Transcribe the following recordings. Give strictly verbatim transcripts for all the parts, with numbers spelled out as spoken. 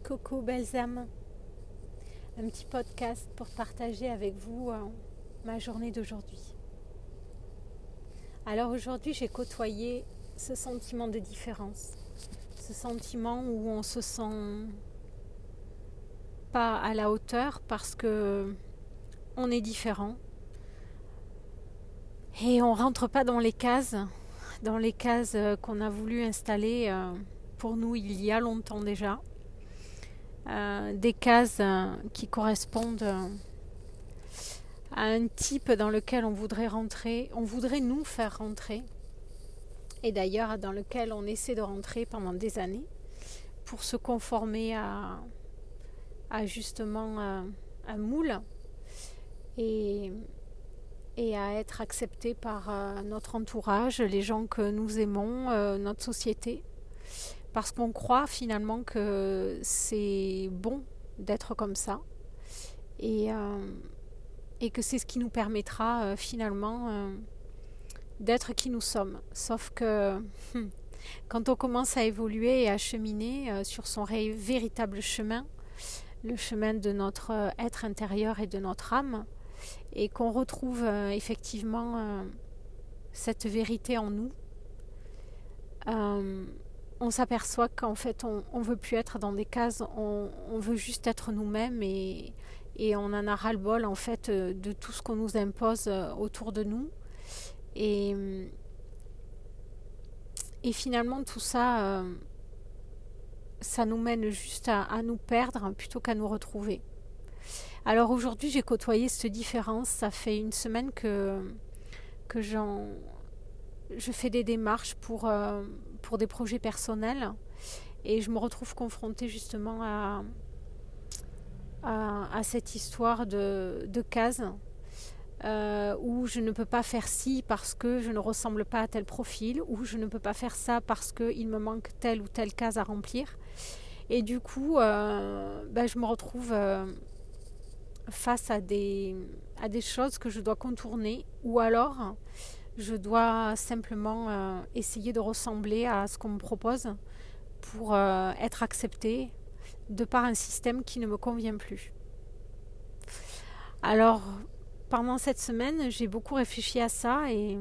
Coucou belles âmes, un petit podcast pour partager avec vous euh, ma journée d'aujourd'hui. Alors aujourd'hui j'ai côtoyé ce sentiment de différence, ce sentiment où on se sent pas à la hauteur parce que on est différent et on rentre pas dans les cases, dans les cases qu'on a voulu installer euh, pour nous il y a longtemps déjà. Euh, des cases euh, qui correspondent euh, à un type dans lequel on voudrait rentrer, on voudrait nous faire rentrer, et d'ailleurs dans lequel on essaie de rentrer pendant des années pour se conformer à, à justement euh, un moule et, et à être accepté par euh, notre entourage, les gens que nous aimons, euh, notre société. Parce qu'on croit finalement que c'est bon d'être comme ça et, euh, et que c'est ce qui nous permettra euh, finalement euh, d'être qui nous sommes. Sauf que hum, quand on commence à évoluer et à cheminer euh, sur son ré- véritable chemin, le chemin de notre euh, être intérieur et de notre âme, et qu'on retrouve euh, effectivement euh, cette vérité en nous, euh, on s'aperçoit qu'en fait on ne veut plus être dans des cases, on, on veut juste être nous-mêmes et, et on en a ras-le-bol en fait de tout ce qu'on nous impose autour de nous. Et, et finalement tout ça, euh, ça nous mène juste à, à nous perdre plutôt qu'à nous retrouver. Alors aujourd'hui j'ai côtoyé cette différence, ça fait une semaine que, que j'en... je fais des démarches pour, euh, pour des projets personnels et je me retrouve confrontée justement à, à, à cette histoire de, de cases euh, où je ne peux pas faire ci parce que je ne ressemble pas à tel profil, ou je ne peux pas faire ça parce qu'il me manque telle ou telle case à remplir. Et du coup, euh, ben, je me retrouve euh, face à des, à des choses que je dois contourner, ou alors je dois simplement euh, essayer de ressembler à ce qu'on me propose pour euh, être acceptée de par un système qui ne me convient plus. Alors, pendant cette semaine, j'ai beaucoup réfléchi à ça et,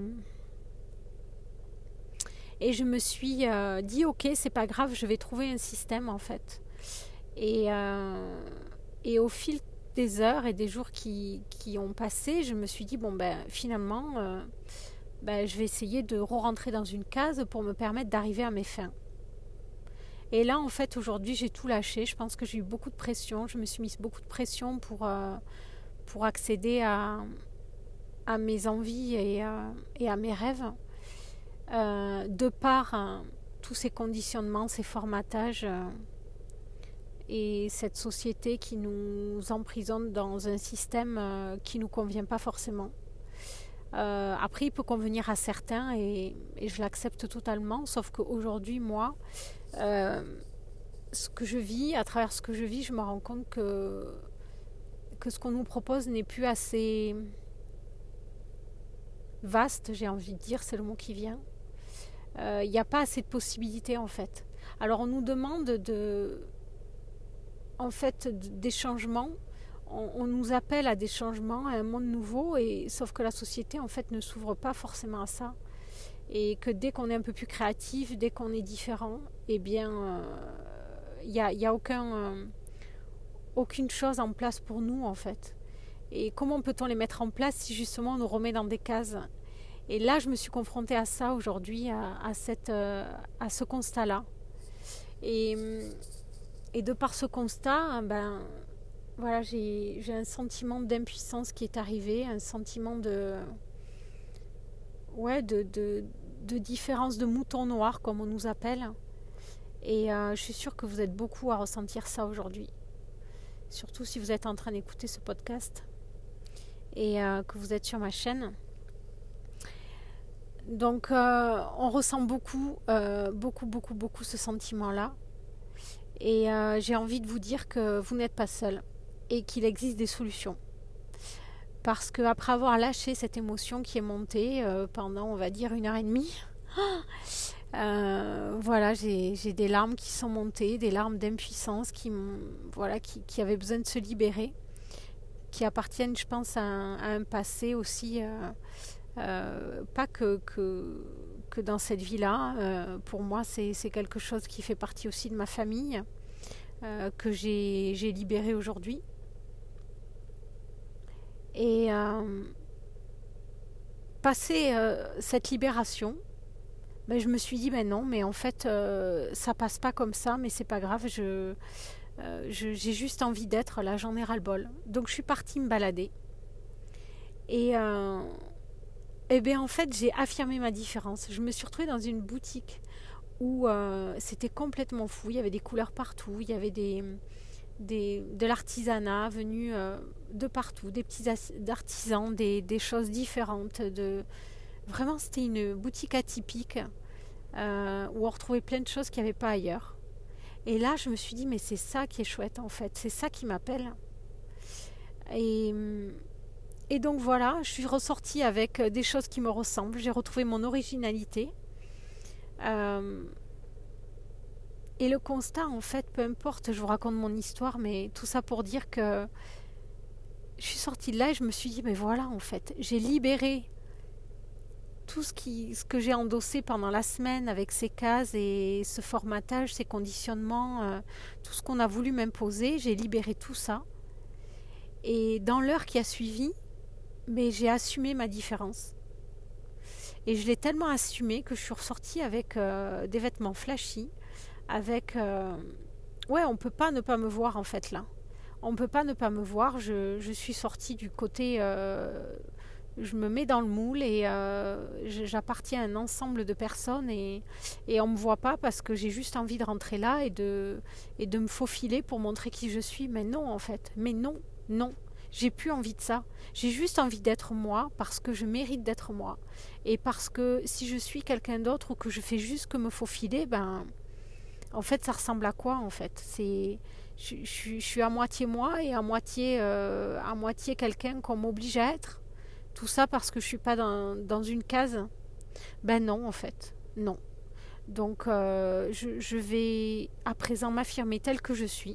et je me suis euh, dit, ok, c'est pas grave, je vais trouver un système en fait. Et, euh, et au fil des heures et des jours qui, qui ont passé, je me suis dit, bon ben finalement... Euh, Ben, je vais essayer de re-rentrer dans une case pour me permettre d'arriver à mes fins. Et là, en fait, aujourd'hui, j'ai tout lâché. Je pense que j'ai eu beaucoup de pression. Je me suis mise beaucoup de pression pour, euh, pour accéder à, à mes envies et, euh, et à mes rêves. Euh, de par hein, tous ces conditionnements, ces formatages euh, et cette société qui nous emprisonne dans un système euh, qui ne nous convient pas forcément. Euh, après, il peut convenir à certains et, et je l'accepte totalement, sauf qu'aujourd'hui, moi, euh, ce que je vis, à travers ce que je vis, je me rends compte que, que ce qu'on nous propose n'est plus assez vaste, j'ai envie de dire, c'est le mot qui vient. Il euh, n'y a pas assez de possibilités, en fait. Alors, on nous demande de, en fait, des changements. On, on nous appelle à des changements, à un monde nouveau, et sauf que la société en fait ne s'ouvre pas forcément à ça, et que dès qu'on est un peu plus créatif, dès qu'on est différent, eh bien il n'y a, y a aucun, euh, aucune chose en place pour nous en fait. Et comment peut-on les mettre en place si justement on nous remet dans des cases? Et là je me suis confrontée à ça aujourd'hui, à, à, cette, euh, à ce constat-là. Et, et de par ce constat, ben voilà, j'ai, j'ai un sentiment d'impuissance qui est arrivé, un sentiment de, ouais, de, de, de différence de mouton noir, comme on nous appelle. Et euh, je suis sûre que vous êtes beaucoup à ressentir ça aujourd'hui. Surtout si vous êtes en train d'écouter ce podcast et euh, que vous êtes sur ma chaîne. Donc, euh, on ressent beaucoup, euh, beaucoup, beaucoup, beaucoup ce sentiment-là. Et euh, j'ai envie de vous dire que vous n'êtes pas seul. Et qu'il existe des solutions. Parce qu'après avoir lâché cette émotion qui est montée euh, pendant, on va dire, une heure et demie, Euh, voilà, j'ai j'ai des larmes qui sont montées, des larmes d'impuissance qui, m'ont- voilà, qui, qui avaient besoin de se libérer, qui appartiennent, je pense, à un, à un passé aussi, euh, euh, pas que, que, que dans cette vie-là. Euh, pour moi, c'est c'est quelque chose qui fait partie aussi de ma famille, euh, que j'ai j'ai libéré aujourd'hui. Et euh, passé euh, cette libération, ben, je me suis dit, ben non, mais en fait, euh, ça passe pas comme ça, mais c'est pas grave, je, euh, je- j'ai juste envie d'être là, j'en ai ras-le-bol. Donc je suis partie me balader. Et, euh, et bien en fait, j'ai affirmé ma différence. Je me suis retrouvée dans une boutique où euh, c'était complètement fou. Il y avait des couleurs partout, il y avait des, des, de l'artisanat venu euh, de partout, des petits artisans, des, des choses différentes. De... Vraiment, c'était une boutique atypique euh, où on retrouvait plein de choses qu'il n'y avait pas ailleurs. Et là, je me suis dit, mais c'est ça qui est chouette en fait, c'est ça qui m'appelle. Et, et donc voilà, je suis ressortie avec des choses qui me ressemblent, j'ai retrouvé mon originalité. Euh, et le constat, en fait, peu importe, je vous raconte mon histoire, mais tout ça pour dire que je suis sortie de là et je me suis dit, mais voilà, en fait, j'ai libéré tout ce, qui, ce que j'ai endossé pendant la semaine avec ces cases et ce formatage, ces conditionnements, euh, tout ce qu'on a voulu m'imposer, j'ai libéré tout ça. Et dans l'heure qui a suivi, mais j'ai assumé ma différence. Et je l'ai tellement assumé que je suis ressortie avec euh, des vêtements flashy, avec... euh, ouais, on peut pas ne pas me voir en fait là. On peut pas ne pas me voir. Je, je suis sortie du côté... euh, je me mets dans le moule et euh, j'appartiens à un ensemble de personnes et, et on me voit pas parce que j'ai juste envie de rentrer là et de, et de me faufiler pour montrer qui je suis. Mais non en fait. Mais non, non. J'ai plus envie de ça. J'ai juste envie d'être moi parce que je mérite d'être moi. Et parce que si je suis quelqu'un d'autre ou que je fais juste que me faufiler, ben en fait ça ressemble à quoi en fait? C'est je, je, je suis à moitié moi et à moitié euh, à moitié quelqu'un qu'on m'oblige à être. Tout ça parce que je suis pas dans, dans une case. Ben non en fait. Non. Donc euh, je, je vais à présent m'affirmer telle que je suis.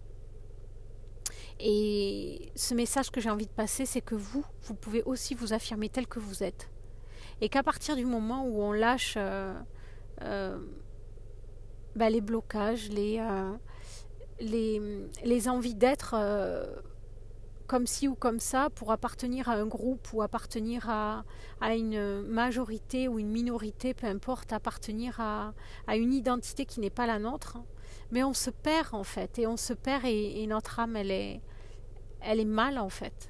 Et ce message que j'ai envie de passer, c'est que vous, vous pouvez aussi vous affirmer tel que vous êtes. Et qu'à partir du moment où on lâche euh, euh, bah, les blocages, les, euh, les, les envies d'être euh, comme ci ou comme ça pour appartenir à un groupe ou appartenir à, à une majorité ou une minorité, peu importe, appartenir à, à une identité qui n'est pas la nôtre, mais on se perd en fait, et on se perd et, et notre âme, elle est, elle est mal en fait.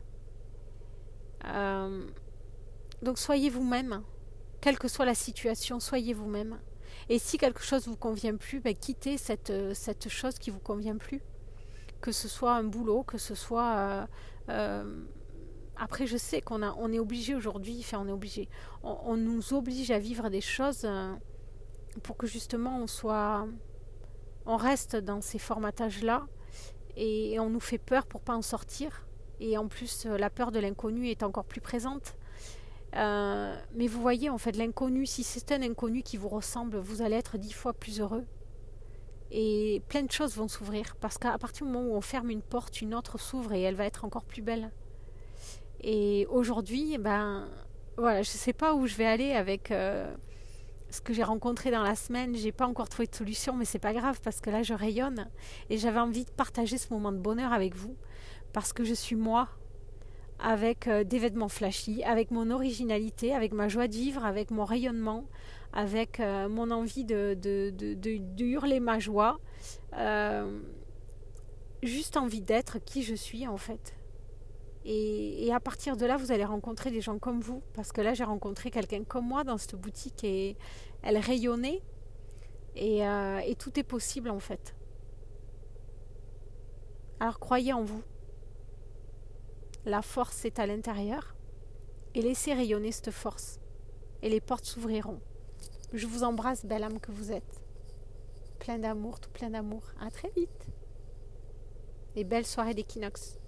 Euh, donc soyez vous-même, quelle que soit la situation, soyez vous-même. Et si quelque chose ne vous convient plus, ben, quittez cette, cette chose qui ne vous convient plus. Que ce soit un boulot, que ce soit... Euh, euh, après, je sais qu'on a, on est obligé aujourd'hui, enfin on est obligé, on, on nous oblige à vivre des choses euh, pour que justement on soit... On reste dans ces formatages-là et, et on nous fait peur pour pas en sortir. Et en plus, la peur de l'inconnu est encore plus présente. Euh, mais vous voyez, en fait, l'inconnu, si c'est un inconnu qui vous ressemble, vous allez être dix fois plus heureux. Et plein de choses vont s'ouvrir. Parce qu'à partir du moment où on ferme une porte, une autre s'ouvre et elle va être encore plus belle. Et aujourd'hui, ben, voilà, je ne sais pas où je vais aller avec euh, ce que j'ai rencontré dans la semaine. J'ai pas encore trouvé de solution, mais c'est pas grave parce que là, je rayonne. Et j'avais envie de partager ce moment de bonheur avec vous. Parce que je suis moi, avec euh, des vêtements flashy, avec mon originalité, avec ma joie de vivre, avec mon rayonnement, avec euh, mon envie de, de, de, de, de hurler ma joie. Euh, juste envie d'être qui je suis en fait. Et, et à partir de là, vous allez rencontrer des gens comme vous. Parce que là, j'ai rencontré quelqu'un comme moi dans cette boutique et elle rayonnait. Et, euh, et tout est possible en fait. Alors croyez en vous. La force est à l'intérieur. Et laissez rayonner cette force. Et les portes s'ouvriront. Je vous embrasse, belle âme que vous êtes. Plein d'amour, tout plein d'amour. À très vite. Et belle soirée d'équinoxe.